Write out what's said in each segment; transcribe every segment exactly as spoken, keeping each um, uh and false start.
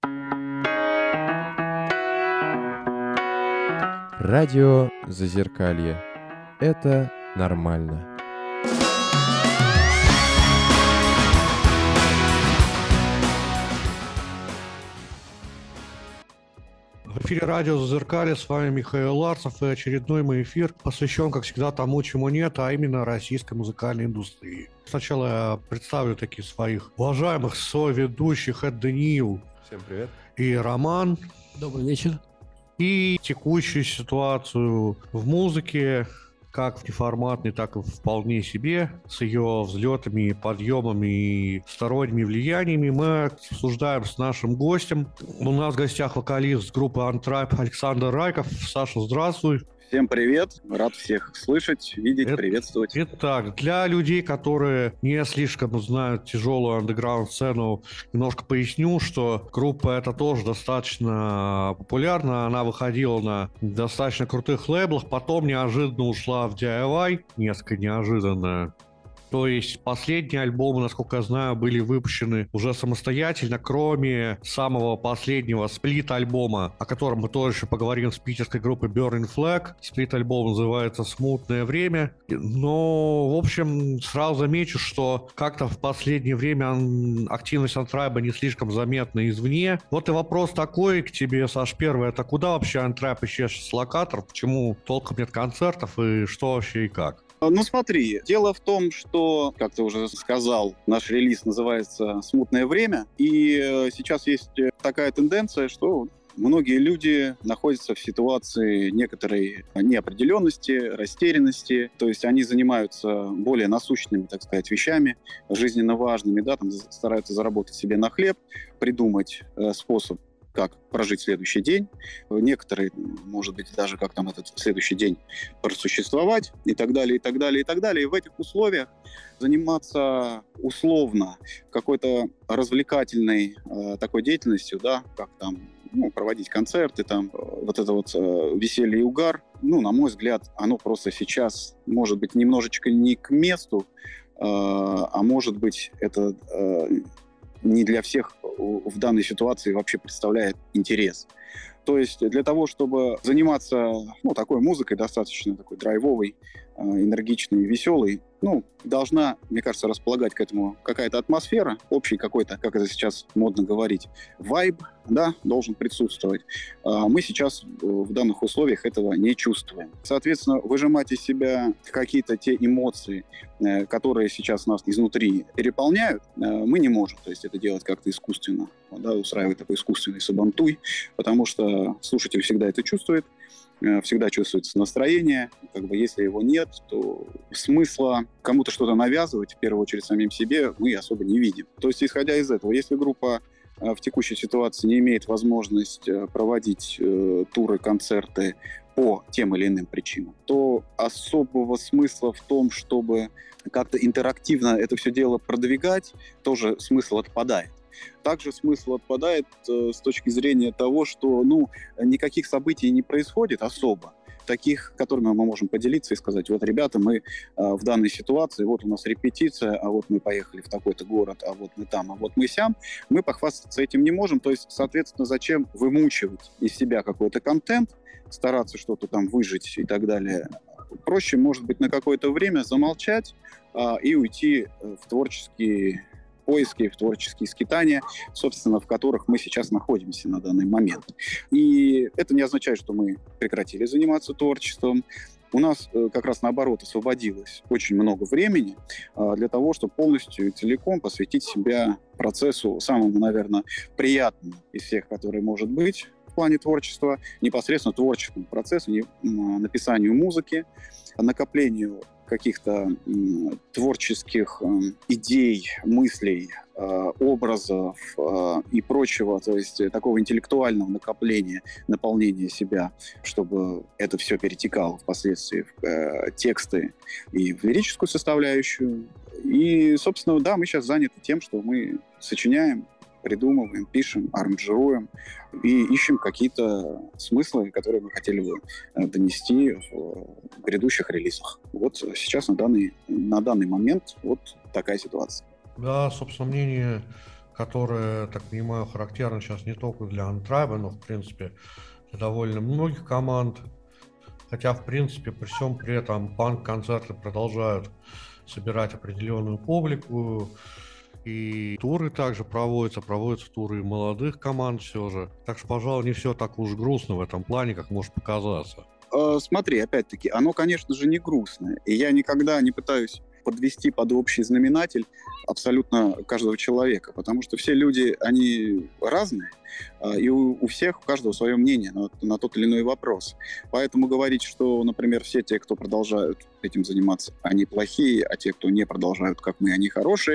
Радио Зазеркалье. Это нормально. В эфире радио Зазеркалье, с вами Михаил Ларцев, и очередной мой эфир посвящен, как всегда, тому, чему нет, а именно российской музыкальной индустрии. Сначала я представлю таких своих уважаемых соведущих. Это Даниил. Всем привет. И Роман. Добрый вечер. И текущую ситуацию в музыке, как в неформатной, так и вполне себе, с ее взлетами, подъемами и сторонними влияниями, мы обсуждаем с нашим гостем. У нас в гостях вокалист группы Untribe Александр Райков. Саша, здравствуй. Всем привет, рад всех слышать, видеть, Это, приветствовать. Итак, для людей, которые не слишком знают тяжелую андеграунд-сцену, немножко поясню, что группа эта тоже достаточно популярна, она выходила на достаточно крутых лейблах, потом неожиданно ушла в ди ай вай, несколько неожиданно. То есть последние альбомы, насколько я знаю, были выпущены уже самостоятельно, кроме самого последнего сплит-альбома, о котором мы тоже еще поговорим с питерской группой Burning Flag. Сплит-альбом называется «Смутное время». Но, в общем, сразу замечу, что как-то в последнее время активность Untribe не слишком заметна извне. Вот и вопрос такой к тебе, Саш, первый. Это куда вообще Untribe исчез с локаторов? Почему толком нет концертов и что вообще и как? Ну смотри, дело в том, что, как ты уже сказал, наш релиз называется «Смутное время», и сейчас есть такая тенденция, что многие люди находятся в ситуации некоторой неопределенности, растерянности, то есть они занимаются более насущными, так сказать, вещами, жизненно важными, да, там стараются заработать себе на хлеб, придумать э, способ, как прожить следующий день. Некоторые, может быть, даже как там этот следующий день просуществовать и так далее, и так далее, и так далее. И в этих условиях заниматься условно какой-то развлекательной э, такой деятельностью, да, как там, ну, проводить концерты, там, э, вот это вот э, веселье и угар, ну, на мой взгляд, оно просто сейчас, может быть, немножечко не к месту, э, а может быть, это э, не для всех в данной ситуации вообще представляет интерес. То есть для того, чтобы заниматься, ну, такой музыкой, достаточно такой драйвовой, энергичной, веселой, ну, должна, мне кажется, располагать к этому какая-то атмосфера, общий какой-то, как это сейчас модно говорить, вайб, да, должен присутствовать. Мы сейчас в данных условиях этого не чувствуем. Соответственно, выжимать из себя какие-то те эмоции, которые сейчас нас изнутри переполняют, мы не можем. То есть это делать как-то искусственно, да, устраивать такой искусственный сабантуй, потому что слушатель всегда это чувствует, всегда чувствуется настроение. Как бы если его нет, то смысла кому-то что-то навязывать, в первую очередь самим себе, мы особо не видим. То есть, исходя из этого, если группа в текущей ситуации не имеет возможности проводить э, туры, концерты по тем или иным причинам, то особого смысла в том, чтобы как-то интерактивно это все дело продвигать, тоже смысл отпадает. Также смысл отпадает э, с точки зрения того, что, ну, никаких событий не происходит особо, таких, которыми мы можем поделиться и сказать: вот, ребята, мы э, в данной ситуации, вот у нас репетиция, а вот мы поехали в такой-то город, а вот мы там, а вот мы сям. Мы похвастаться этим не можем, то есть, соответственно, зачем вымучивать из себя какой-то контент, стараться что-то там выжить и так далее. Проще, может быть, на какое-то время замолчать э, и уйти в творческие поиски, в творческие скитания, собственно, в которых мы сейчас находимся на данный момент. И это не означает, что мы прекратили заниматься творчеством. У нас как раз наоборот освободилось очень много времени для того, чтобы полностью и целиком посвятить себя процессу самому, наверное, приятному из всех, который может быть в плане творчества, непосредственно творческому процессу, написанию музыки, накоплению каких-то м, творческих м, идей, мыслей, э, образов э, и прочего, то есть такого интеллектуального накопления, наполнения себя, чтобы это все перетекало впоследствии в э, тексты и в лирическую составляющую. И, собственно, да, мы сейчас заняты тем, что мы сочиняем, придумываем, пишем, аранжируем и ищем какие-то смыслы, которые мы хотели бы донести в грядущих релизах. Вот сейчас на данный, на данный момент вот такая ситуация. Да, собственно, мнение которое, так понимаю, характерно сейчас не только для Антрайба, но, в принципе, для довольно многих команд. Хотя, в принципе, при всем при этом панк-концерты продолжают собирать определенную публику, и туры также проводятся, проводятся туры и молодых команд все же. Так что, пожалуй, не все так уж грустно в этом плане, как может показаться. Э, Смотри, опять-таки, оно, конечно же, не грустное. И я никогда не пытаюсь подвести под общий знаменатель абсолютно каждого человека, потому что все люди, они разные, а, и у, у всех, у каждого свое мнение на, на тот или иной вопрос. Поэтому говорить, что, например, все те, кто продолжают этим заниматься, они плохие, а те, кто не продолжают, как мы, они хорошие,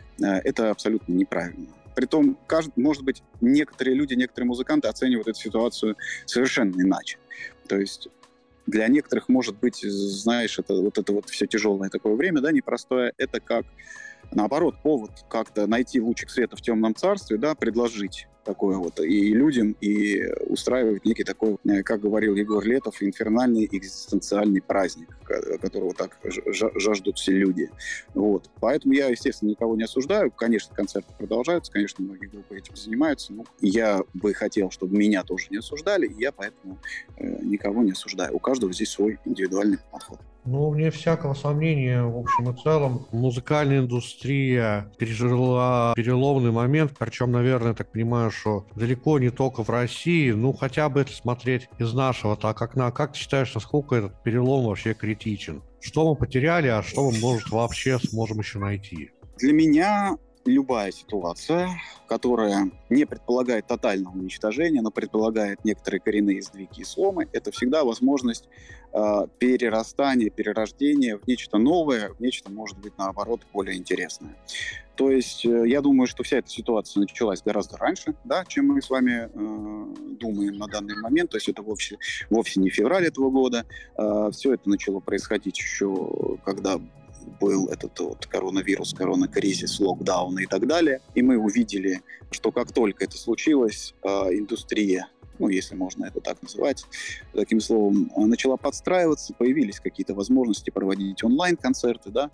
это абсолютно неправильно. Притом, каждый, может быть, некоторые люди, некоторые музыканты оценивают эту ситуацию совершенно иначе. То есть для некоторых, может быть, знаешь, это вот это вот все тяжелое такое время, да, непростое, это как, наоборот, повод как-то найти лучик света в темном царстве, да, предложить такое вот и людям, и устраивать некий такой, как говорил Егор Летов, инфернальный экзистенциальный праздник, которого так жаждут все люди. Вот. Поэтому я, естественно, никого не осуждаю. Конечно, концерты продолжаются, конечно, многие группы этим занимаются. Но я бы хотел, чтобы меня тоже не осуждали, и я поэтому э, никого не осуждаю. У каждого здесь свой индивидуальный подход. Ну, вне всякого сомнения, в общем и целом, музыкальная индустрия пережила переломный момент, причем, наверное, я так понимаю, что далеко не только в России, ну, хотя бы это смотреть из нашего так окна. Как ты считаешь, насколько этот перелом вообще критичен? Что мы потеряли, а что мы, может, вообще сможем еще найти? Для меня любая ситуация, которая не предполагает тотального уничтожения, но предполагает некоторые коренные сдвиги и сломы, это всегда возможность э, перерастания, перерождения в нечто новое, в нечто, может быть, наоборот, более интересное. То есть э, я думаю, что вся эта ситуация началась гораздо раньше, да, чем мы с вами э, думаем на данный момент. То есть это вовсе, вовсе не февраль этого года. Э, все это начало происходить еще, когда был этот вот коронавирус, коронакризис, локдауны и так далее. И мы увидели, что как только это случилось, э, индустрия, ну, если можно это так называть, таким словом, начала подстраиваться, появились какие-то возможности проводить онлайн-концерты, да,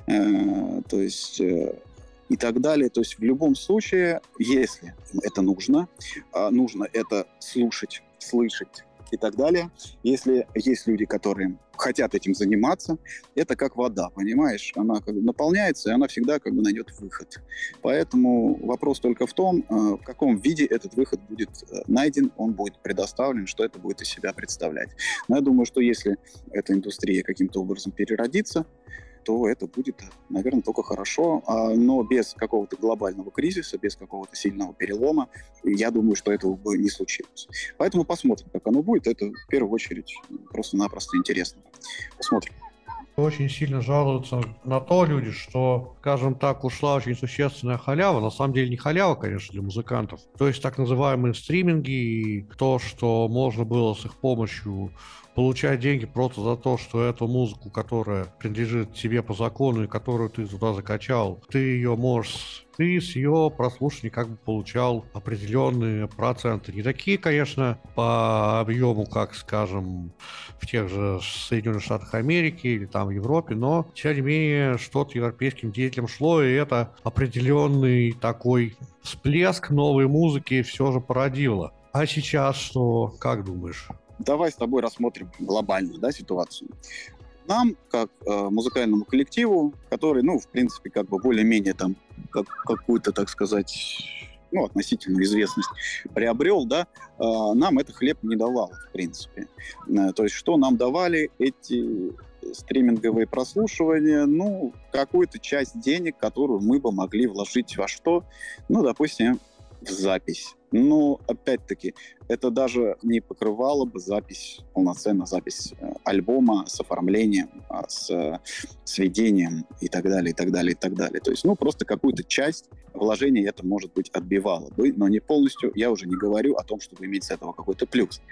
э, то есть э, и так далее. То есть в любом случае, если это нужно, э, нужно это слушать, слышать и так далее. Если есть люди, которые хотят этим заниматься, это как вода, понимаешь? Она как бы наполняется, и она всегда как бы найдет выход. Поэтому вопрос только в том, в каком виде этот выход будет найден, он будет предоставлен, что это будет из себя представлять. Но я думаю, что если эта индустрия каким-то образом переродится, то это будет, наверное, только хорошо, но без какого-то глобального кризиса, без какого-то сильного перелома, я думаю, что этого бы не случилось. Поэтому посмотрим, как оно будет. Это в первую очередь просто-напросто интересно. Посмотрим. Очень сильно жалуются на то люди, что, скажем так, ушла очень существенная халява. На самом деле не халява, конечно, для музыкантов. То есть так называемые стриминги и то, что можно было с их помощью получать деньги просто за то, что эту музыку, которая принадлежит тебе по закону и которую ты туда закачал, ты ее можешь, ты с ее прослушивания как бы получал определенные проценты. Не такие, конечно, по объему, как, скажем, в тех же Соединенных Штатах Америки или там в Европе, но, тем не менее, что-то европейским деятелям шло, и это определенный такой всплеск новой музыки все же породило. А сейчас что, как думаешь? Давай с тобой рассмотрим глобально, да, ситуацию. Нам, как э, музыкальному коллективу, который, ну, в принципе, как бы более-менее там как, какую-то, так сказать, ну, относительную известность приобрел, да, э, нам это хлеб не давало, в принципе. Э, то есть что нам давали эти стриминговые прослушивания? Ну, какую-то часть денег, которую мы бы могли вложить во что? Ну, допустим, в запись. Но, опять-таки, это даже не покрывало бы запись, полноценно запись э, альбома с оформлением, э, с э, сведением и так далее, и так далее, и так далее. То есть, ну, просто какую-то часть вложений это, может быть, отбивало бы, но не полностью. Я уже не говорю о том, чтобы иметь с этого какой-то плюс.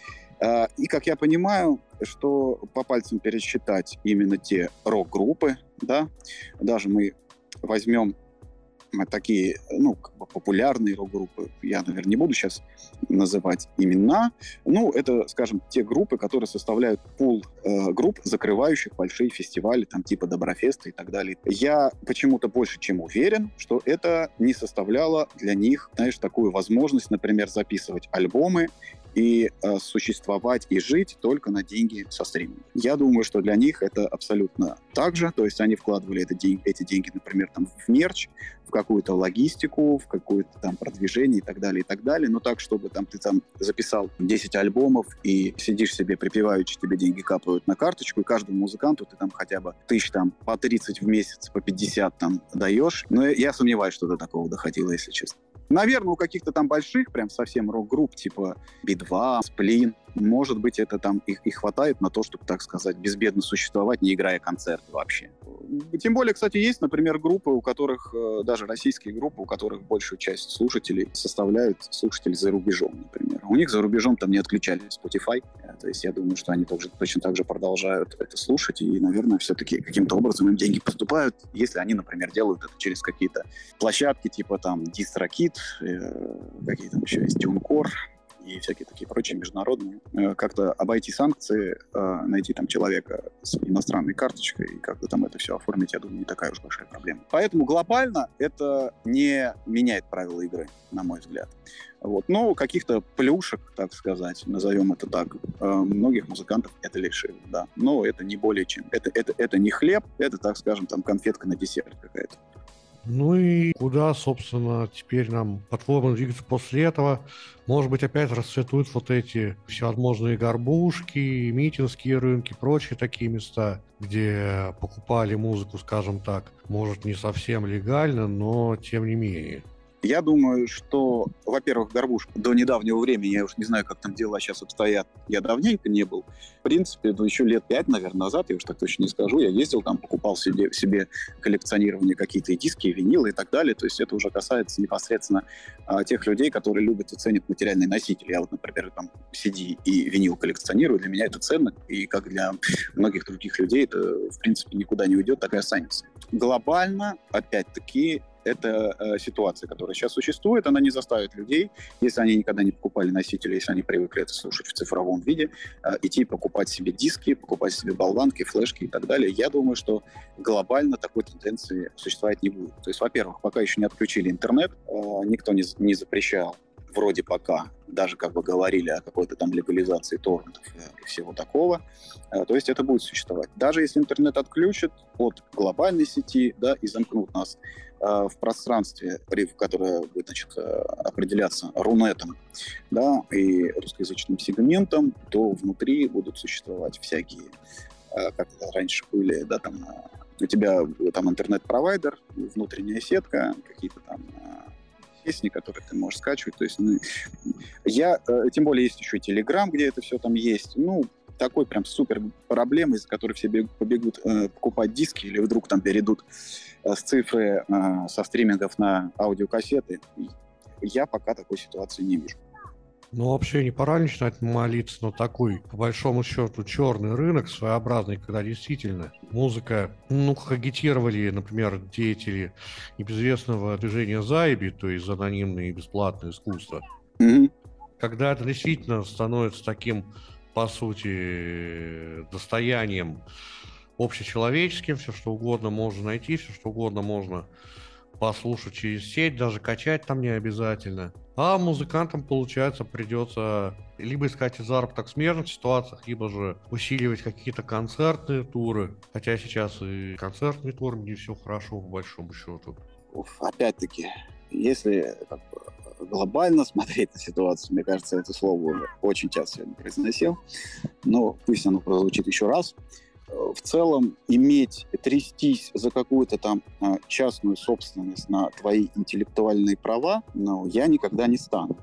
Э, и, как я понимаю, что по пальцам пересчитать именно те рок-группы, да, даже мы возьмем такие, ну, как бы популярные рок-группы, я, наверное, не буду сейчас называть имена, ну, это, скажем, те группы, которые составляют пул э, групп, закрывающих большие фестивали, там, типа Доброфеста и так далее. Я почему-то больше чем уверен, что это не составляло для них, знаешь, такую возможность, например, записывать альбомы и э, существовать и жить только на деньги со стриминга. Я думаю, что для них это абсолютно так же, то есть они вкладывали это день, эти деньги, например, там, в мерч, в какую-то логистику, в какое-то там продвижение и так далее, и так далее, но так, чтобы там ты там записал десять альбомов и сидишь себе припеваючи, тебе деньги капают на карточку, и каждому музыканту ты там хотя бы тысяч там по тридцать в месяц, по пятьдесят там даешь, но я сомневаюсь, что до такого доходило, если честно. Наверное, у каких-то там больших, прям совсем рок-групп, типа би два, Сплин, может быть, это там и, и хватает на то, чтобы, так сказать, безбедно существовать, не играя концерты вообще. Тем более, кстати, есть, например, группы, у которых, даже российские группы, у которых большую часть слушателей составляют слушатели за рубежом, например. У них за рубежом там не отключали Spotify, то есть я думаю, что они тоже, точно так же продолжают это слушать, и, наверное, все-таки каким-то образом им деньги поступают, если они, например, делают это через какие-то площадки, типа там DistroKid, э, какие там еще есть, TuneCore, и всякие такие прочие международные. Как-то обойти санкции, найти там человека с иностранной карточкой и как-то там это все оформить, я думаю, не такая уж большая проблема. Поэтому глобально это не меняет правила игры, на мой взгляд. Вот. Но каких-то плюшек, так сказать, назовем это так, многих музыкантов это лишило, да. Но это не более чем. Это, это, это не хлеб, это, так скажем, там конфетка на десерт какая-то. Ну и куда, собственно, теперь нам по-твоему двигаться после этого? Может быть, опять расцветут вот эти всевозможные горбушки, митинские рынки, прочие такие места, где покупали музыку, скажем так, может, не совсем легально, но тем не менее. Я думаю, что, во-первых, горбушка до недавнего времени, я уж не знаю, как там дела сейчас обстоят, я давненько не был. В принципе, ну, еще лет пять, наверное, назад, я уж так точно не скажу, я ездил там, покупал себе, себе коллекционирование, какие-то и диски, и винилы и так далее. То есть это уже касается непосредственно а, тех людей, которые любят и ценят материальные носители. Я вот, например, там си ди и винил коллекционирую, для меня это ценно, и как для многих других людей это, в принципе, никуда не уйдет, так и останется. Глобально, опять-таки, это э, ситуация, которая сейчас существует, она не заставит людей, если они никогда не покупали носители, если они привыкли это слушать в цифровом виде, э, идти покупать себе диски, покупать себе болванки, флешки и так далее. Я думаю, что глобально такой тенденции существовать не будет. То есть, во-первых, пока еще не отключили интернет, э, никто не, не запрещал, вроде пока, даже как бы говорили о какой-то там легализации торрентов и всего такого. То есть это будет существовать. Даже если интернет отключат от глобальной сети, да, и замкнут нас в пространстве, которое будет, значит, определяться Рунетом, да, и русскоязычным сегментом, то внутри будут существовать всякие, как это раньше были, да, там у тебя там интернет-провайдер, внутренняя сетка, какие-то там песни, которые ты можешь скачивать. То есть, ну, я, тем более, есть еще и Telegram, где это все там есть. Ну, такой прям супер проблемы, из-за которой все побегут э, покупать диски или вдруг там перейдут э, с цифры э, со стримингов на аудиокассеты. Я пока такой ситуации не вижу. Ну, вообще, не пора начинать молиться на такой, по большому счету, черный рынок своеобразный, когда действительно музыка, ну, как агитировали, например, деятели небезвестного движения Зайби, то есть анонимное и бесплатное искусство, Mm-hmm. когда это действительно становится таким, по сути, достоянием общечеловеческим, все что угодно можно найти, все что угодно можно послушать через сеть, даже качать там не обязательно. А музыкантам, получается, придется либо искать заработок в смежных ситуациях, либо же усиливать какие-то концертные туры. Хотя сейчас и концертные туры не все хорошо, по большому счету. Опять-таки, если как бы глобально смотреть на ситуацию, мне кажется, это слово уже очень часто сегодня произносил, но пусть оно прозвучит еще раз. В целом, иметь, трястись за какую-то там частную собственность на твои интеллектуальные права, ну, я никогда не стану.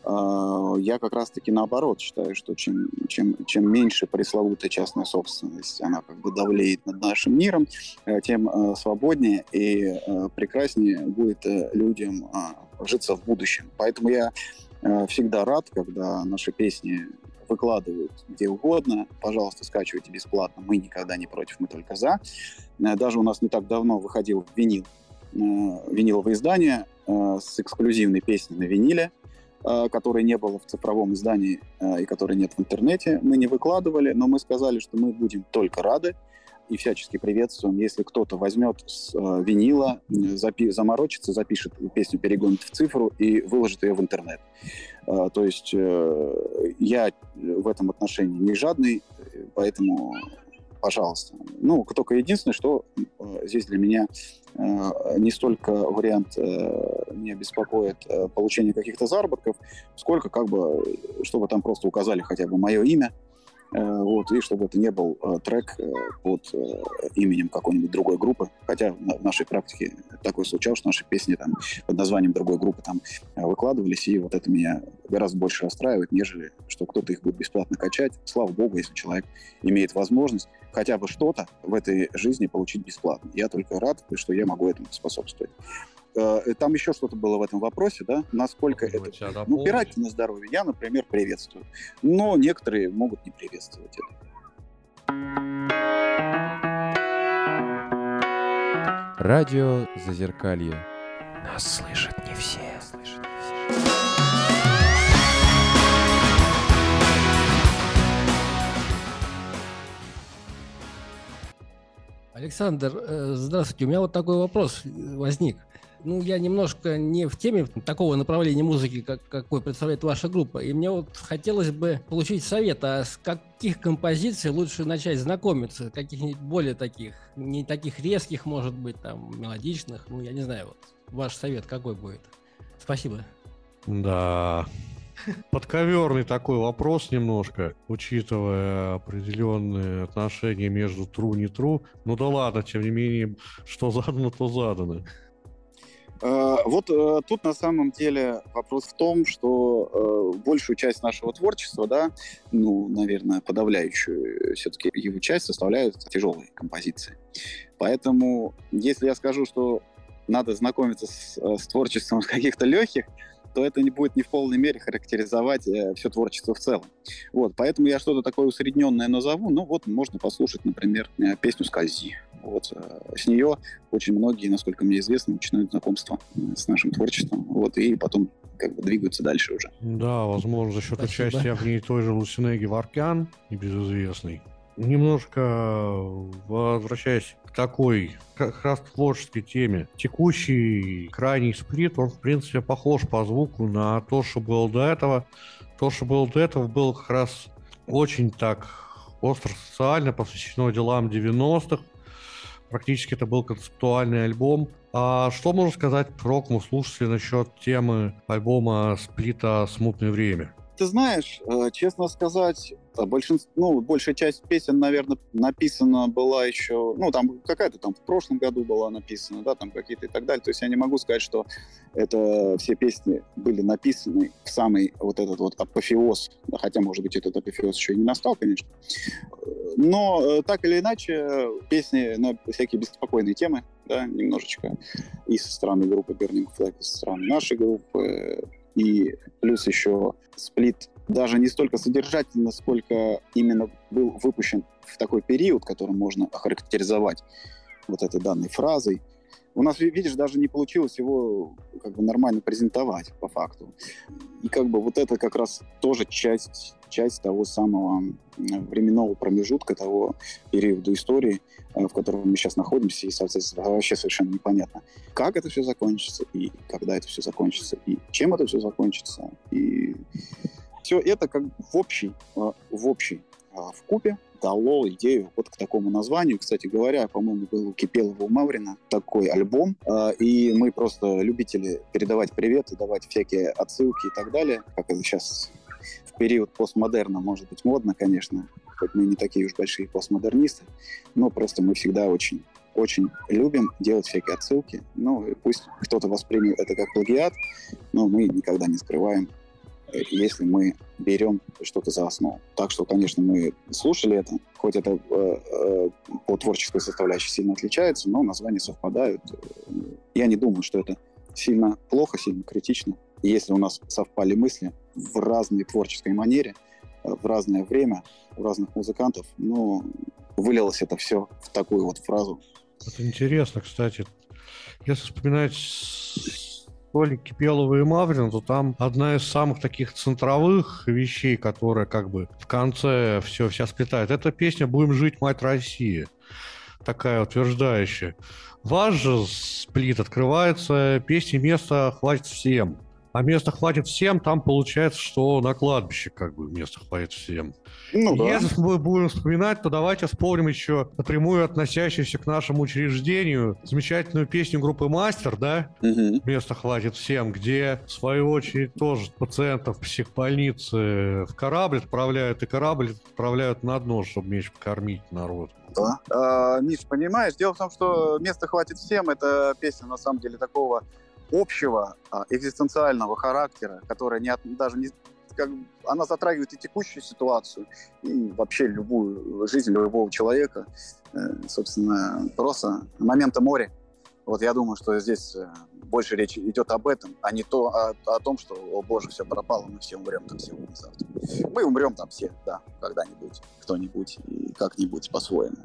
Я как раз-таки наоборот считаю, что чем, чем, чем меньше пресловутая частная собственность, она как бы давлеет над нашим миром, тем свободнее и прекраснее будет людям житься в будущем. Поэтому я всегда рад, когда наши песни выкладывают где угодно. Пожалуйста, скачивайте бесплатно. Мы никогда не против, мы только за. Даже у нас не так давно выходил винил виниловое издание с эксклюзивной песней на виниле, которой не было в цифровом издании и которой нет в интернете. Мы не выкладывали, но мы сказали, что мы будем только рады и всячески приветствуем, если кто-то возьмет с э, винила, запи- заморочится, запишет песню, перегонит в цифру и выложит ее в интернет. Э, то есть э, я в этом отношении не жадный, поэтому, пожалуйста. Ну, только единственное, что э, здесь для меня э, не столько вариант э, не беспокоит э, получение каких-то заработков, сколько как бы, чтобы там просто указали хотя бы мое имя, вот, и чтобы это не был э, трек э, под э, именем какой-нибудь другой группы. Хотя в нашей практике такое случалось, что наши песни там, под названием другой группы там, выкладывались, и вот это меня гораздо больше расстраивает, нежели что кто-то их будет бесплатно качать. Слава богу, если человек имеет возможность хотя бы что-то в этой жизни получить бесплатно. Я только рад, что я могу этому способствовать. Там еще что-то было в этом вопросе, да? Насколько это... Ну, пирайте на здоровье. Я, например, приветствую. Но некоторые могут не приветствовать это. Радио Зазеркалье. Нас слышат не все. Слышат не все. Александр, здравствуйте. У меня вот такой вопрос возник. Ну, я немножко не в теме такого направления музыки, как, какой представляет ваша группа. И мне вот хотелось бы получить совет, а с каких композиций лучше начать знакомиться? Каких-нибудь более таких, не таких резких, может быть, там, мелодичных? Ну, я не знаю, вот ваш совет какой будет? Спасибо. Да, подковерный такой вопрос немножко, учитывая определенные отношения между true и не true. Ну да ладно, тем не менее, что задано, то задано. Вот тут на самом деле вопрос в том, что большую часть нашего творчества, да, ну, наверное, подавляющую все-таки его часть составляют тяжелые композиции. Поэтому, если я скажу, что надо знакомиться с, с творчеством каких-то легких, то это не будет не в полной мере характеризовать э, все творчество в целом. Вот, поэтому я что-то такое усредненное назову. Ну вот, можно послушать, например, песню «Скользи». Вот, э, с нее очень многие, насколько мне известно, начинают знакомство с нашим творчеством. Вот, и потом как бы двигаются дальше уже. Да, возможно, за счет Спасибо. участия в ней той же Лусинеги Варкян, небезызвестный. Немножко возвращаясь к такой как раз творческой теме. Текущий крайний сплит, он, в принципе, похож по звуку на то, что было до этого. То, что было до этого, было как раз очень так остро-социально, посвящено делам девяностых. Практически это был концептуальный альбом. А что можно сказать рок-му слушателю насчет темы альбома сплита «Смутное время»? Ты знаешь, честно сказать, большинство, ну, большая часть песен, наверное, написана была еще, ну, там какая-то там в прошлом году была написана, да, там какие-то и так далее. То есть я не могу сказать, что это все песни были написаны в самый вот этот вот апофеоз, да, хотя, может быть, этот апофеоз еще и не настал, конечно. Но так или иначе, песни на всякие беспокойные темы, да, немножечко, и со стороны группы Burning Flag, и со стороны нашей группы, и плюс еще сплит даже не столько содержательно, сколько именно был выпущен в такой период, который можно охарактеризовать вот этой данной фразой. У нас, видишь, даже не получилось его как бы нормально презентовать по факту. И как бы вот это как раз тоже часть, часть того самого временного промежутка, того периода истории, в котором мы сейчас находимся, и вообще совершенно непонятно, как это все закончится, и когда это все закончится, и чем это все закончится. И все это как в общей, в общей вкупе дало идею вот к такому названию. Кстати говоря, по-моему, был у Кипелова, у Маврина такой альбом, и мы просто любители передавать привет и давать всякие отсылки и так далее, как это сейчас в период постмодерна может быть модно, конечно, хоть мы не такие уж большие постмодернисты, но просто мы всегда очень очень любим делать всякие отсылки. Ну, пусть кто-то воспримет это как плагиат, но мы никогда не скрываем, если мы берем что-то за основу. Так что, конечно, мы слушали это, хоть это э, э, по творческой составляющей сильно отличается, но названия совпадают. Я не думаю, что это сильно плохо, сильно критично. И если у нас совпали мысли в разной творческой манере, в разное время, у разных музыкантов, ну, вылилось это все в такую вот фразу. Это интересно, кстати. если вспоминать Толик Кипелова и Маврина, то там одна из самых таких центровых вещей, которая как бы в конце все вся сплетает, это песня «Будем жить, мать России». Такая утверждающая. Ваш же сплит открывается песней «Места хватит всем». А места хватит всем, там получается, что на кладбище как бы места хватит всем. Ну, да. Если мы будем вспоминать, то давайте вспомним еще напрямую относящуюся к нашему учреждению замечательную песню группы «Мастер», да? Угу. «Места хватит всем», где, в свою очередь, тоже пациентов психбольницы в корабль отправляют, и корабль отправляют на дно, чтобы меньше покормить народ. Да. А, Миш, понимаешь, дело в том, что «Места хватит всем» — это песня, на самом деле, такого общего а, экзистенциального характера, которая не от, даже не как, она затрагивает и текущую ситуацию, и вообще любую жизнь любого человека, э, собственно, просто момента моря. Вот я думаю, что здесь э, больше речь идет об этом, а не то, о, о том, что, о боже, все пропало, мы все умрем там сегодня, завтра. Мы умрем там все, да, когда-нибудь, кто-нибудь и как-нибудь по-своему.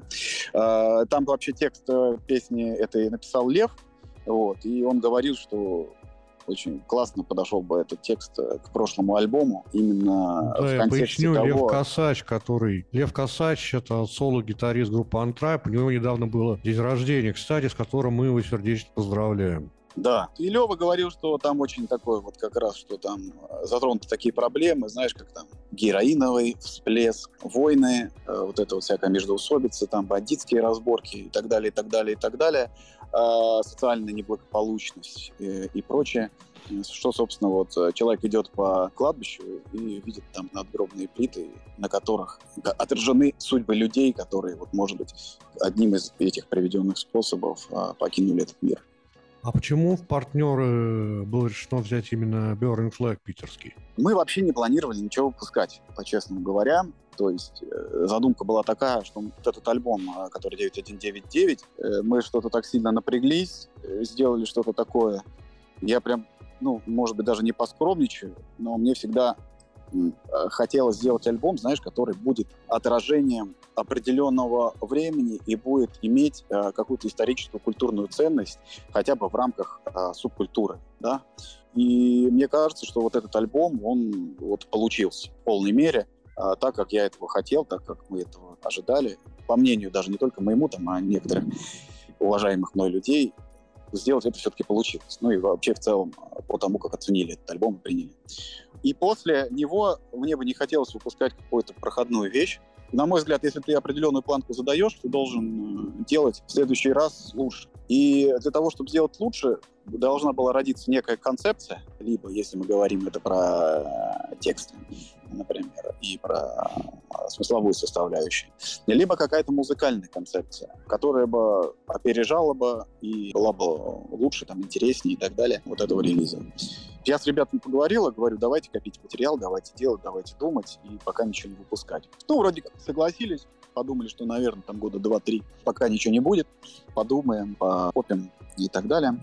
Э, там вообще текст песни этой написал Лев. Вот, и он говорил, что очень классно подошел бы этот текст к прошлому альбому, именно да, в я контексте поясню, того... Лев Косач, который... Лев Косач — это соло-гитарист группы Untribe, у него недавно было день рождения, кстати, с которым мы его сердечно поздравляем. Да, и Лева говорил, что там очень такой вот как раз, что там затронуты такие проблемы, знаешь, как там героиновый всплеск, войны, вот это вот всякая междоусобица, там бандитские разборки и так далее, и так далее, и так далее, социальная неблагополучность и, и прочее. Что, собственно, вот человек идет по кладбищу и видит там надгробные плиты, на которых отражены судьбы людей, которые, вот, может быть, одним из этих приведенных способов покинули этот мир. А почему в партнеры было решено взять именно Burning Flag питерский? Мы вообще не планировали ничего выпускать, по-честному говоря. То есть э, задумка была такая, что вот этот альбом, который девять один девять девять, э, мы что-то так сильно напряглись, э, сделали что-то такое. Я прям, ну, может быть, даже не поскромничаю, но мне всегда э, хотелось сделать альбом, знаешь, который будет отражением определенного времени и будет иметь э, какую-то историческую культурную ценность хотя бы в рамках э, субкультуры, да. И мне кажется, что вот этот альбом, он вот получился в полной мере, э, так, как я этого хотел, так, как мы этого ожидали. По мнению даже не только моему, там, а некоторых уважаемых мной людей, сделать это все-таки получилось. Ну и вообще в целом по тому, как оценили этот альбом и приняли. И после него мне бы не хотелось выпускать какую-то проходную вещь. На мой взгляд, если ты определенную планку задаешь, ты должен делать в следующий раз лучше. И для того, чтобы сделать лучше, должна была родиться некая концепция, либо, если мы говорим это про тексты, например, и про смысловую составляющую, либо какая-то музыкальная концепция, которая бы опережала бы и была бы лучше, там, интереснее и так далее вот этого релиза. Я с ребятами поговорил, говорю, давайте копить материал, давайте делать, давайте думать, и пока ничего не выпускать. Ну, вроде как согласились, подумали, что, наверное, там года два-три пока ничего не будет, подумаем, покопим и так далее.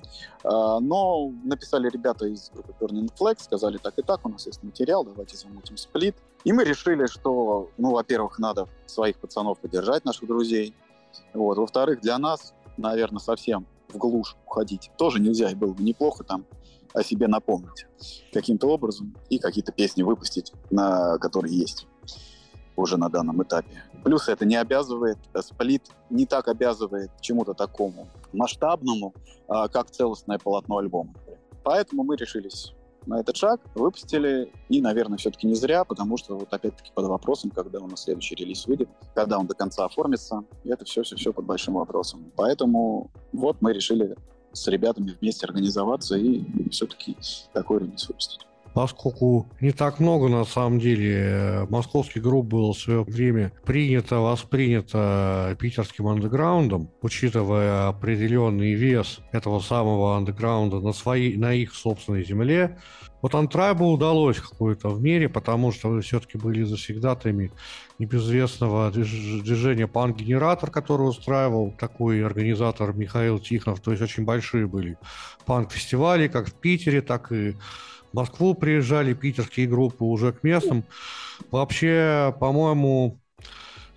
Но написали ребята из группы Burning Flag, сказали, так и так, у нас есть материал, давайте замутим сплит. И мы решили, что, ну, во-первых, надо своих пацанов поддержать, наших друзей. Вот. Во-вторых, для нас, наверное, совсем в глушь уходить тоже нельзя, и было бы неплохо там о себе напомнить каким-то образом и какие-то песни выпустить, на которые есть уже на данном этапе. Плюс это не обязывает, сплит не так обязывает чему-то такому масштабному, как целостное полотно альбома. Поэтому мы решились на этот шаг, выпустили, и, наверное, все-таки не зря, потому что вот опять-таки под вопросом, когда у нас следующий релиз выйдет, когда он до конца оформится, и это все-все-все под большим вопросом. Поэтому вот мы решили с ребятами вместе организоваться и все-таки такой релиз выпустить. Поскольку не так много, на самом деле, московских групп было в свое время принято, воспринято питерским андеграундом, учитывая определенный вес этого самого андеграунда на, своей, на их собственной земле. Вот Untribe удалось в какой-то в мере, потому что вы все-таки были завсегдатаями небезвестного движения «Панк-генератор», который устраивал такой организатор Михаил Тихонов. То есть очень большие были панк-фестивали, как в Питере, так и в Москву приезжали питерские группы уже к местным. Вообще, по-моему,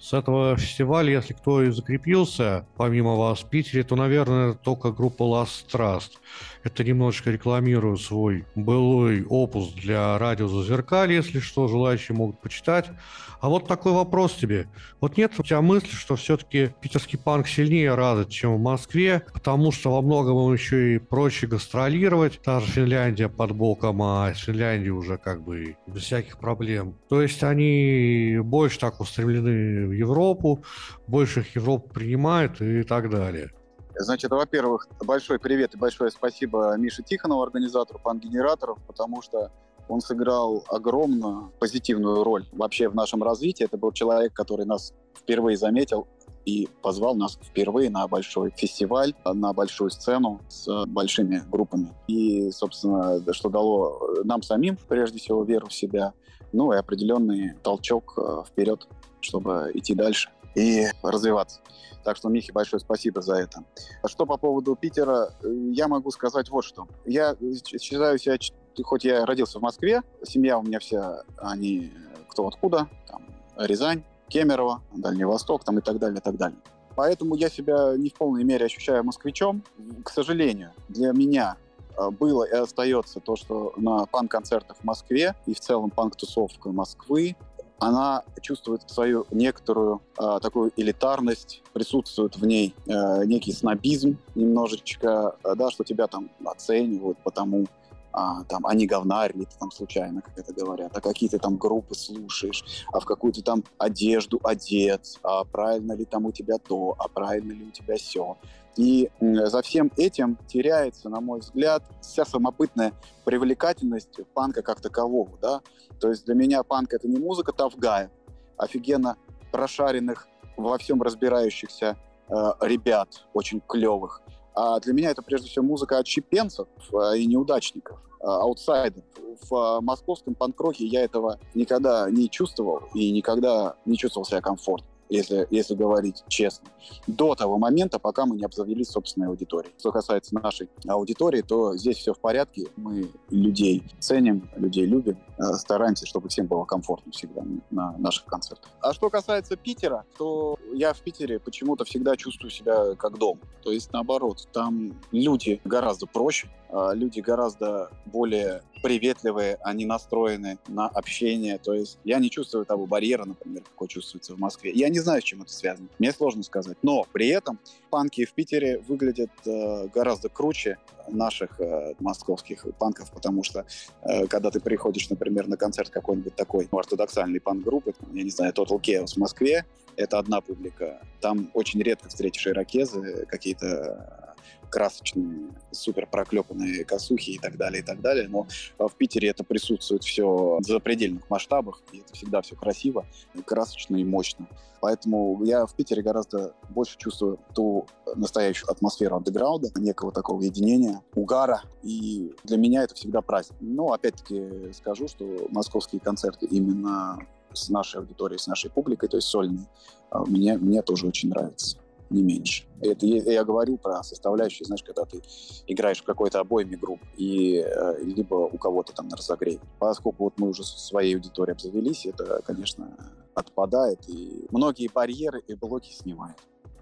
С этого фестиваля, если кто и закрепился, помимо вас в Питере, то, наверное, только группа Last Trust. Это немножечко рекламирую свой былой опус для радио «Зазеркалье», если что, желающие могут почитать. А вот такой вопрос тебе. Вот нет у тебя мысли, что все-таки питерский панк сильнее развит, чем в Москве, потому что во многом им еще и проще гастролировать. Та же Финляндия под боком, а Финляндия уже как бы без всяких проблем. То есть они больше так устремлены в Европу, больше их Европа принимает и так далее. Значит, во-первых, большой привет и большое спасибо Мише Тихонову, организатору панк-генераторов, потому что он сыграл огромную позитивную роль вообще в нашем развитии. Это был человек, который нас впервые заметил и позвал нас впервые на большой фестиваль, на большую сцену с большими группами. И, собственно, что дало нам самим, прежде всего, веру в себя, ну и определенный толчок вперед, чтобы идти дальше и развиваться. Так что, Михе, большое спасибо за это. Что по поводу Питера, я могу сказать вот что. Я считаю себя, хоть я родился в Москве, семья у меня вся, они кто откуда, там, Рязань, Кемерово, Дальний Восток, там и так далее, и так далее. Поэтому я себя не в полной мере ощущаю москвичом. К сожалению, для меня было и остается то, что на панк-концертах в Москве и в целом панк-тусовка Москвы, она чувствует свою некоторую э, такую элитарность, присутствует в ней э, некий снобизм немножечко, э, да, что тебя там оценивают, потому а, там, они говнарь, или ты там случайно, как это говорят, а какие ты там группы слушаешь, а в какую ты там одежду одет, а правильно ли там у тебя то, а правильно ли у тебя сё. И за всем этим теряется, на мой взгляд, вся самобытная привлекательность панка как такового, да. То есть для меня панк — это не музыка тавгая, офигенно прошаренных, во всем разбирающихся э, ребят, очень клевых. А для меня это прежде всего музыка отщепенцев э, и неудачников, э, аутсайдеров. В э, московском панк-роке я этого никогда не чувствовал и никогда не чувствовал себя комфортно. Если, если говорить честно, до того момента, пока мы не обзавелись собственной аудиторией. Что касается нашей аудитории, то здесь все в порядке. Мы людей ценим, людей любим, стараемся, чтобы всем было комфортно всегда на наших концертах. А что касается Питера, то я в Питере почему-то всегда чувствую себя как дома. То есть наоборот, там люди гораздо проще, люди гораздо более приветливые, они настроены на общение. То есть я не чувствую того барьера, например, какой чувствуется в Москве. Я не знаю, с чем это связано. Мне сложно сказать. Но при этом панки в Питере выглядят э, гораздо круче наших э, московских панков, потому что э, когда ты приходишь, например, на концерт какой-нибудь такой ну, ортодоксальной панк-группы, я не знаю, Total Chaos в Москве, это одна публика. Там очень редко встретишь ирокезы, какие-то красочные, супер проклепанные косухи и так далее, и так далее. Но в Питере это присутствует все в запредельных масштабах, и это всегда все красиво, красочно и мощно. Поэтому я в Питере гораздо больше чувствую ту настоящую атмосферу андеграунда, некого такого единения, угара, и для меня это всегда праздник. Но опять-таки скажу, что московские концерты именно с нашей аудиторией, с нашей публикой, то есть сольные, мне, мне тоже очень нравятся. Не меньше. Это я говорю про составляющие, знаешь, когда ты играешь в какой-то обойме групп и либо у кого-то там на разогреве. Поскольку вот мы уже со своей аудиторией обзавелись, это, конечно, отпадает, и многие барьеры и блоки снимает.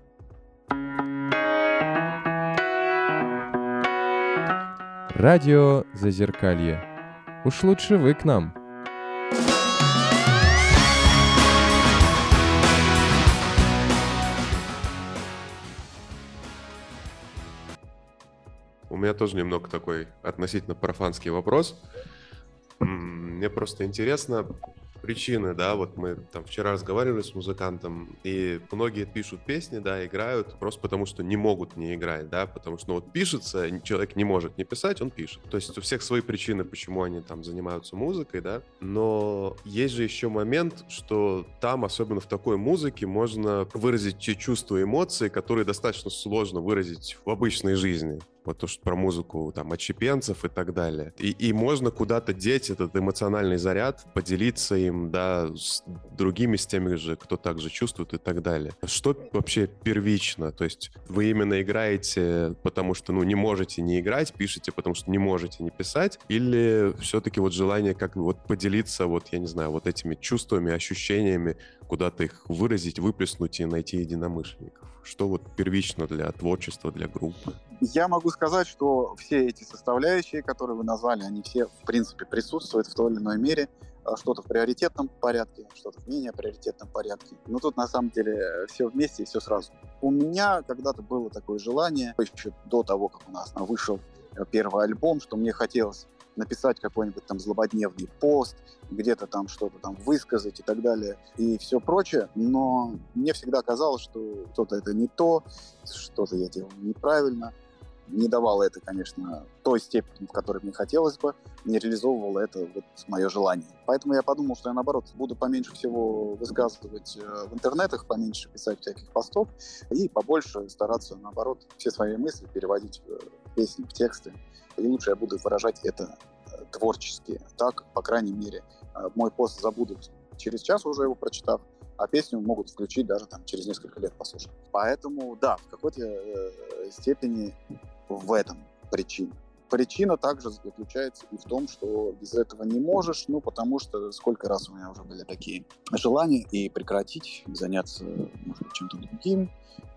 Радио Зазеркалье. Уж лучше вы к нам. У меня тоже немного такой относительно профанский вопрос. Мне просто интересно причины, да, вот мы там вчера разговаривали с музыкантом, и многие пишут песни, да, играют просто потому, что не могут не играть, да, потому что, ну, вот пишется, человек не может не писать, он пишет. То есть у всех свои причины, почему они там занимаются музыкой, да, но есть же еще момент, что там, особенно в такой музыке, можно выразить те чувства и эмоции, которые достаточно сложно выразить в обычной жизни. Вот то, что про музыку там отщепенцев и так далее. И, и можно куда-то деть этот эмоциональный заряд, поделиться им, да, с другими, с теми же, кто также чувствует и так далее. Что вообще первично? То есть вы именно играете, потому что, ну, не можете не играть, пишете, потому что не можете не писать, или все-таки вот желание как вот поделиться, вот, я не знаю, вот этими чувствами, ощущениями, куда-то их выразить, выплеснуть и найти единомышленников? Что вот первично для творчества, для группы? Я могу сказать, что все эти составляющие, которые вы назвали, они все, в принципе, присутствуют в той или иной мере. Что-то в приоритетном порядке, что-то в менее приоритетном порядке. Но тут, на самом деле, все вместе и все сразу. У меня когда-то было такое желание, еще до того, как у нас вышел первый альбом, что мне хотелось написать какой-нибудь там злободневный пост, где-то там что-то там высказать и так далее, и все прочее, но мне всегда казалось, что что-то это не то, что-то я делал неправильно, не давало это, конечно, той степени, в которой мне хотелось бы, не реализовывало это вот мое желание. Поэтому я подумал, что я, наоборот, буду поменьше всего высказывать в интернетах, поменьше писать всяких постов и побольше стараться, наоборот, все свои мысли переводить в песни, в тексты. И лучше я буду выражать это творчески. Так, по крайней мере, мой пост забудут через час, уже его прочитав, а песню могут включить даже там через несколько лет послушать. Поэтому, да, в какой-то э, степени в этом причина. Причина также заключается и в том, что без этого не можешь, ну, потому что сколько раз у меня уже были такие желания и прекратить, заняться, может быть, чем-то другим.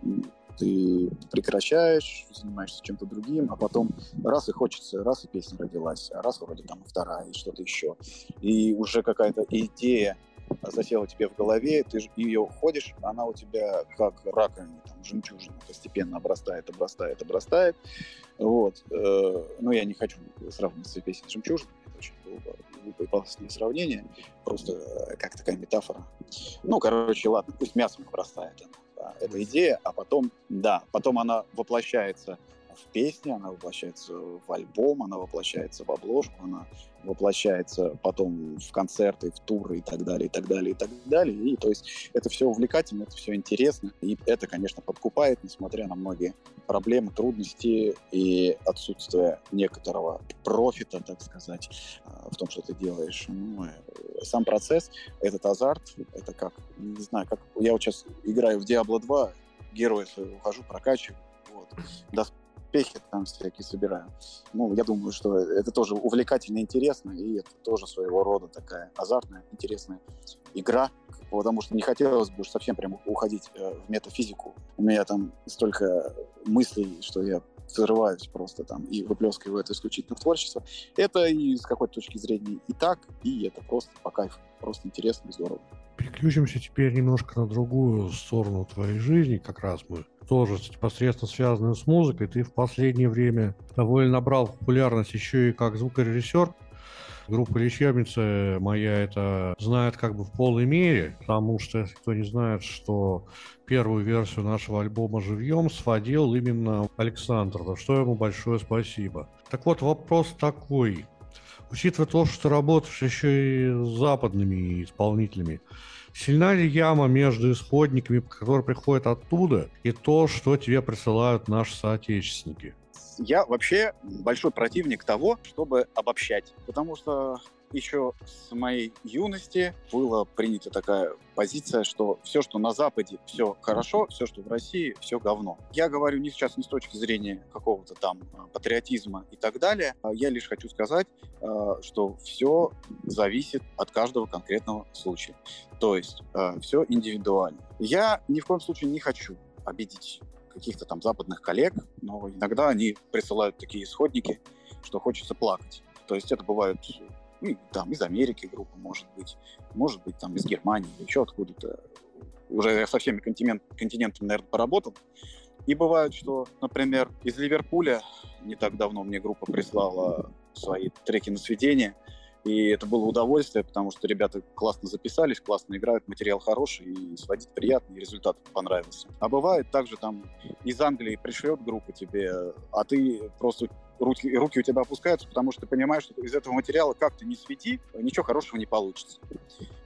Ты прекращаешь, занимаешься чем-то другим, а потом раз и хочется, раз и песня родилась, а раз вроде там и вторая, и что-то еще. И уже какая-то идея засела тебе в голове, ты ее ходишь, она у тебя как раковина, там, жемчужина, постепенно обрастает, обрастает, обрастает. Вот. Но я не хочу сравнивать свои песни с жемчужиной, это очень глупое и пафосное сравнение, просто как такая метафора. Ну, короче, ладно, пусть мясом обрастает она. Эта идея, а потом, да, потом она воплощается в песни, она воплощается в альбом, она воплощается в обложку, она воплощается потом в концерты, в туры и так далее, и так далее, и так далее. И то есть это все увлекательно, это все интересно, и это, конечно, подкупает, несмотря на многие проблемы, трудности и отсутствие некоторого профита, так сказать, в том, что ты делаешь. Ну, сам процесс, этот азарт, это как, не знаю, как я вот сейчас играю в Diablo два, героя своего ухожу, прокачиваю, вот, доспехи там всякие собираю. Ну, я думаю, что это тоже увлекательно и интересно, и это тоже своего рода такая азартная, интересная игра, потому что не хотелось бы уж совсем прям уходить в метафизику. У меня там столько мыслей, что я взрываюсь просто там и выплескиваю это исключительно в творчество. Это и с какой-то точки зрения и так, и это просто по кайфу, просто интересно и здорово. Переключимся теперь немножко на другую сторону твоей жизни, как раз мы тоже непосредственно связаны с музыкой. Ты в последнее время довольно набрал популярность еще и как звукорежиссер. Группа «Лечебница» моя это знает как бы в полной мере, потому что, если кто не знает, что первую версию нашего альбома «Живьем» сводил именно Александр, за что ему большое спасибо. Так вот, вопрос такой. Учитывая то, что ты работаешь еще и с западными исполнителями, сильна ли яма между исходниками, которые приходят оттуда, и то, что тебе присылают наши соотечественники? Я вообще большой противник того, чтобы обобщать, потому что еще с моей юности была принята такая позиция, что все, что на Западе, все хорошо, все, что в России, все говно. Я говорю не сейчас не с точки зрения какого-то там патриотизма и так далее. Я лишь хочу сказать, что все зависит от каждого конкретного случая. То есть все индивидуально. Я ни в коем случае не хочу обидеть каких-то там западных коллег, но иногда они присылают такие исходники, что хочется плакать. То есть это бывает ну, там из Америки группа, может быть, может быть там из Германии, еще откуда-то. Уже я со всеми континент, континентами, наверное, поработал. И бывает, что, например, из Ливерпуля не так давно мне группа прислала свои треки на сведение, и это было удовольствие, потому что ребята классно записались, классно играют, материал хороший, и сводить приятно, и результат понравился. А бывает также там из Англии пришлет группа тебе, а ты просто руки, руки у тебя опускаются, потому что ты понимаешь, что из этого материала как ты не свети, ничего хорошего не получится.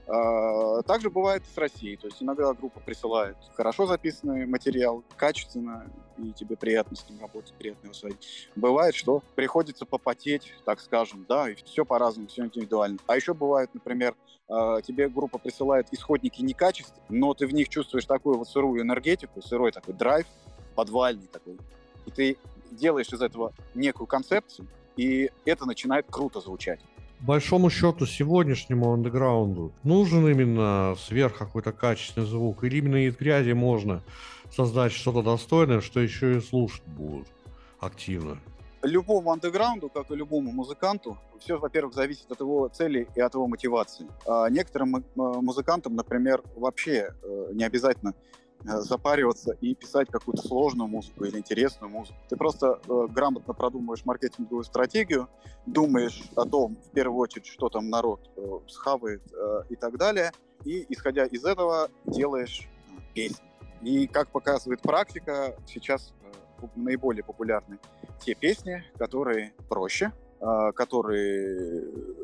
А, Также бывает с Россией. То есть иногда группа присылает хорошо записанный материал, качественно, и тебе приятно с ним работать, приятно его сводить. Бывает, что приходится попотеть, так скажем, да, и все по-разному, все индивидуально. А еще бывает, например, а, тебе группа присылает исходники некачественные, но ты в них чувствуешь такую вот сырую энергетику, сырой такой драйв, подвальный такой. И ты делаешь из этого некую концепцию, и это начинает круто звучать. Большому счету сегодняшнему андеграунду нужен именно сверх какой-то качественный звук, или именно из грязи можно создать что-то достойное, что еще и слушать будут активно. Любому андеграунду, как и любому музыканту, все, во-первых, зависит от его цели и от его мотивации. А некоторым музыкантам, например, вообще не обязательно запариваться и писать какую-то сложную музыку или интересную музыку. Ты просто э, грамотно продумываешь маркетинговую стратегию, думаешь о том, в первую очередь, что там народ э, схавает э, и так далее, и, исходя из этого, делаешь э, песни. И, как показывает практика, сейчас э, наиболее популярны те песни, которые проще, э, которые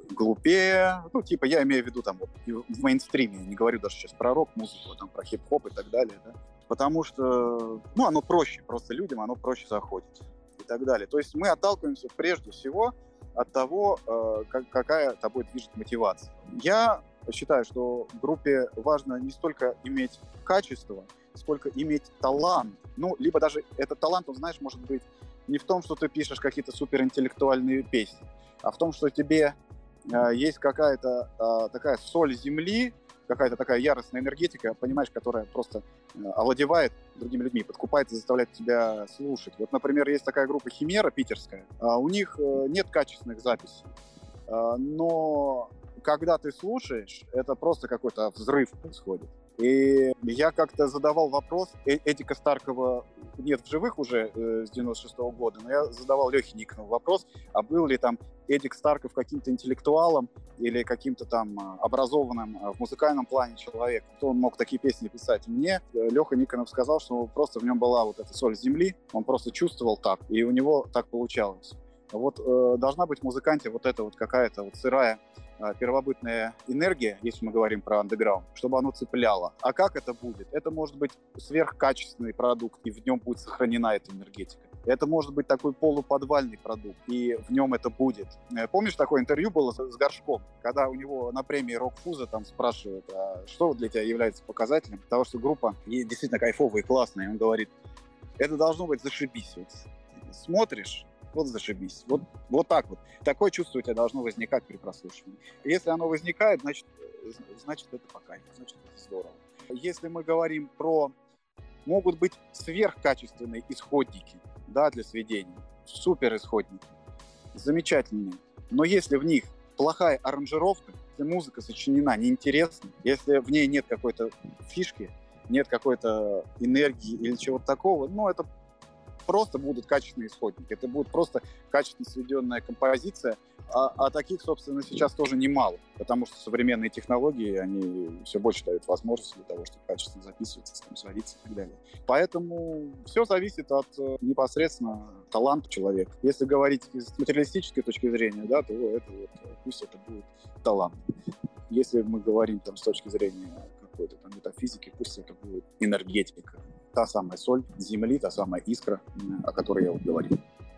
глупее, ну, типа, я имею в виду там вот, в мейнстриме, не говорю даже сейчас про рок-музыку, там, про хип-хоп и так далее, да, потому что, ну, оно проще, просто людям оно проще заходит и так далее. То есть мы отталкиваемся прежде всего от того, э, как, какая тобой движет мотивация. Я считаю, что группе важно не столько иметь качество, сколько иметь талант. Ну, либо даже этот талант, он, знаешь, может быть не в том, что ты пишешь какие-то суперинтеллектуальные песни, а в том, что тебе есть какая-то а, такая соль земли, какая-то такая яростная энергетика, понимаешь, которая просто а, овладевает другими людьми, подкупает и заставляет тебя слушать. Вот, например, есть такая группа «Химера» питерская, а, у них а, нет качественных записей, а, но когда ты слушаешь, это просто какой-то взрыв происходит. И я как-то задавал вопрос, э- Эдика Старкова нет в живых уже э, с девяносто шестого года, но я задавал Лехе Никонову вопрос, а был ли там Эдик Старков каким-то интеллектуалом или каким-то там образованным в музыкальном плане человеком, кто он мог такие песни писать. Мне Леха Никонов сказал, что просто в нем была вот эта соль земли, он просто чувствовал так, и у него так получалось. Вот э, должна быть в музыканте вот эта вот какая-то вот сырая первобытная энергия, если мы говорим про андеграунд, чтобы оно цепляло. А как это будет? Это может быть сверхкачественный продукт, и в нем будет сохранена эта энергетика. Это может быть такой полуподвальный продукт, и в нем это будет. Помнишь, такое интервью было с Горшком, когда у него на премии Рок-Фуза там спрашивают, а что для тебя является показателем того, что группа действительно кайфовая и классная? И он говорит, это должно быть зашибись. Вот смотришь, вот зашибись. Вот, вот так вот. Такое чувство у тебя должно возникать при прослушивании. Если оно возникает, значит, значит это по кайфу, значит, это здорово. Если мы говорим про... Могут быть сверхкачественные исходники, да, для сведения. Супер исходники. Замечательные. Но если в них плохая аранжировка, если музыка сочинена неинтересно, если в ней нет какой-то фишки, нет какой-то энергии или чего-то такого, ну, это просто будут качественные исходники. Это будет просто качественно сведенная композиция. А, а таких, собственно, сейчас тоже немало, потому что современные технологии, они все больше дают возможности для того, чтобы качественно записываться, там, сводиться и так далее. Поэтому все зависит от непосредственно таланта человека. Если говорить с материалистической точки зрения, да, то это вот, пусть это будет талант. Если мы говорим там, с точки зрения какой-то там метафизики, пусть это будет энергетика. Та самая соль земли, та самая искра, о которой я вот говорил.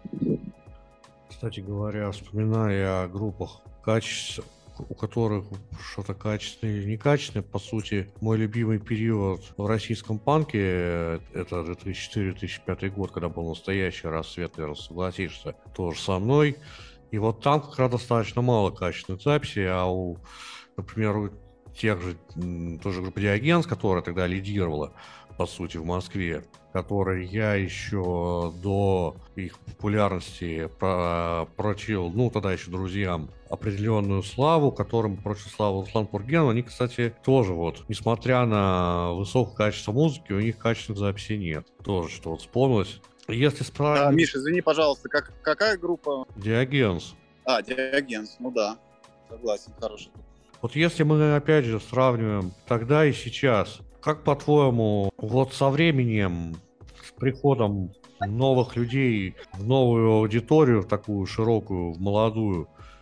Кстати говоря, вспоминая о группах, качество, у которых что-то качественное или некачественное, по сути, мой любимый период в российском панке, это две тысячи четвёртый - две тысячи пятый год, когда был настоящий рассвет, наверное, согласишься, тоже со мной. И вот там как раз достаточно мало качественных записей, а у, например, у тех же, тоже группы Диогенс, которая тогда лидировала, по сути, в Москве, которые я еще до их популярности про- прочил, ну, тогда еще друзьям, определенную славу, которым прочил славу Руслан Пурген. Они, кстати, тоже вот, несмотря на высокое качество музыки, у них качественных записей нет. Тоже, что вот вспомнилось. Если справить... А, Миша, извини, пожалуйста, как, какая группа? Диогенс. А, Диогенс, ну да, согласен, хороший. Вот если мы, опять же, сравниваем тогда и сейчас, как, по-твоему, вот со временем, с приходом новых людей в новую аудиторию, в такую широкую, в молодую,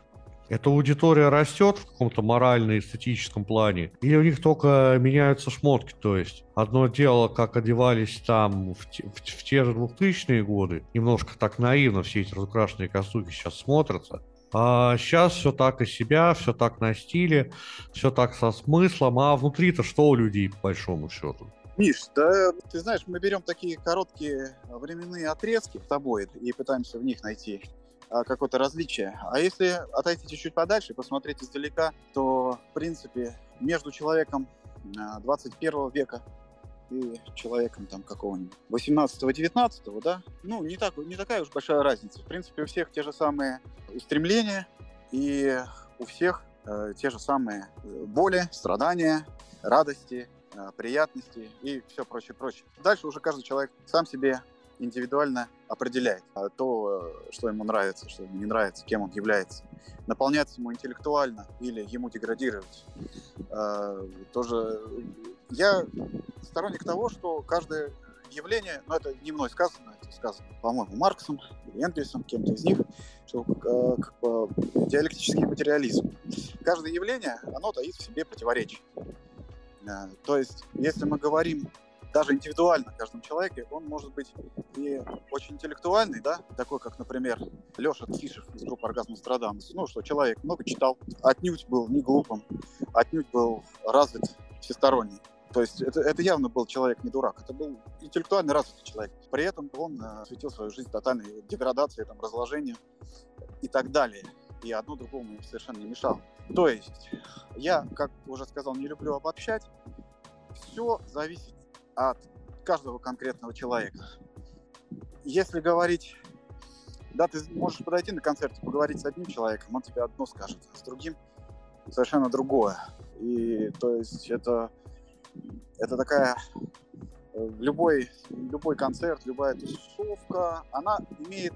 Эта аудитория растет в каком-то морально-эстетическом плане? Или у них только меняются шмотки? То есть одно дело, как одевались там в те, в, в те же двухтысячные годы, немножко так наивно все эти разукрашенные косухи сейчас смотрятся. А сейчас все так из себя, все так на стиле, все так со смыслом. А внутри-то что у людей, по большому счету? Миш, да ты знаешь, мы берем такие короткие временные отрезки с тобой и пытаемся в них найти какое-то различие. А если отойти чуть-чуть подальше и посмотреть издалека, то, в принципе, между человеком двадцать первого века и человеком там какого-нибудь восемнадцатого-девятнадцатого, да, ну, не, так, не такая уж большая разница. В принципе, у всех те же самые устремления и у всех э, те же самые боли, страдания, радости, э, приятности и все прочее-прочее. Дальше уже каждый человек сам себе индивидуально определяет то, что ему нравится, что ему не нравится, кем он является. Наполняться ему интеллектуально или ему деградировать. Тоже я сторонник того, что каждое явление, ну это не мной сказано, это сказано, по-моему, Марксом или Энгельсом, кем-то из них, что как бы диалектический материализм. Каждое явление, оно таит в себе противоречие. То есть, если мы говорим даже индивидуально в каждом человеке, он может быть и очень интеллектуальный, да, такой, как, например, Леша Тишев из группы «Оргазм Нострадамус». Ну, что человек много читал, отнюдь был не глупым, отнюдь был развит всесторонний. То есть это, это явно был человек не дурак, это был интеллектуально развитый человек. При этом он э, светил свою жизнь тотальной деградации, там, разложению и так далее. И одно другому ему совершенно не мешало. То есть я, как уже сказал, не люблю обобщать. Все зависит от каждого конкретного человека. Если говорить, да, ты можешь подойти на концерте, поговорить с одним человеком, он тебе одно скажет, а с другим совершенно другое. И то есть это, это такая любой, любой концерт, любая тусовка, она имеет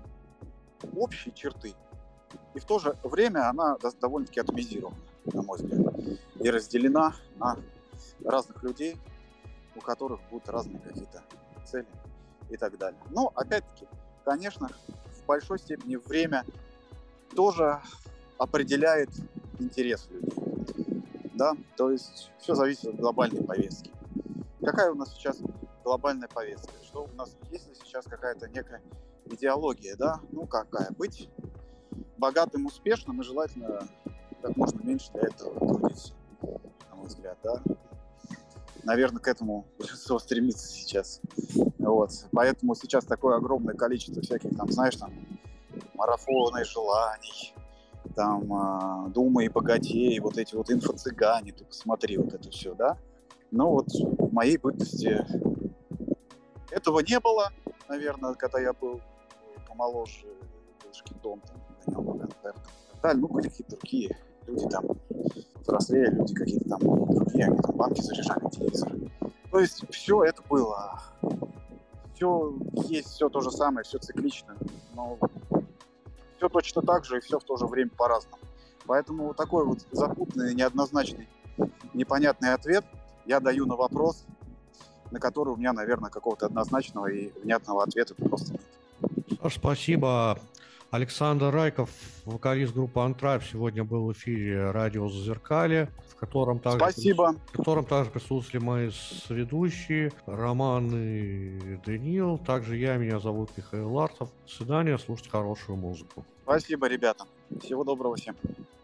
общие черты. И в то же время она довольно-таки атомизирована, на мой взгляд, и разделена на разных людей, у которых будут разные какие-то цели и так далее. Но, опять-таки, конечно, в большой степени время тоже определяет интерес людей. Да? То есть все зависит от глобальной повестки. Какая у нас сейчас глобальная повестка? Что у нас есть ли сейчас какая-то некая идеология, да? Ну, какая? Быть богатым, успешным и желательно как можно меньше для этого трудиться, на мой взгляд, да? Наверное, к этому большинство стремится сейчас. Вот. Поэтому сейчас такое огромное количество всяких, там, знаешь, там, марафоны желаний, там, э, думай и богатей, вот эти вот инфо-цыгане, ты посмотри вот это все, да? Но вот в моей бытности этого не было, наверное, когда я был помоложе, был шкидом, там, гонял по концертам и так далее. Ну, были какие-то другие люди там, взрослее люди какие-то там другие, они там банки заряжали, телевизор. То есть все это было. Все есть, все то же самое, все циклично, но все точно так же и все в то же время по-разному. Поэтому вот такой вот запутанный, неоднозначный, непонятный ответ я даю на вопрос, на который у меня, наверное, какого-то однозначного и внятного ответа просто нет. Спасибо. Александр Райков, вокалист группы Антрайб, сегодня был в эфире радио «Зазеркалье», в котором также, Спасибо. в котором также присутствовали мои ведущие Роман и Даниил. Также я, меня зовут Михаил Ларцев. До свидания, слушайте хорошую музыку. Спасибо, ребята. Всего доброго всем.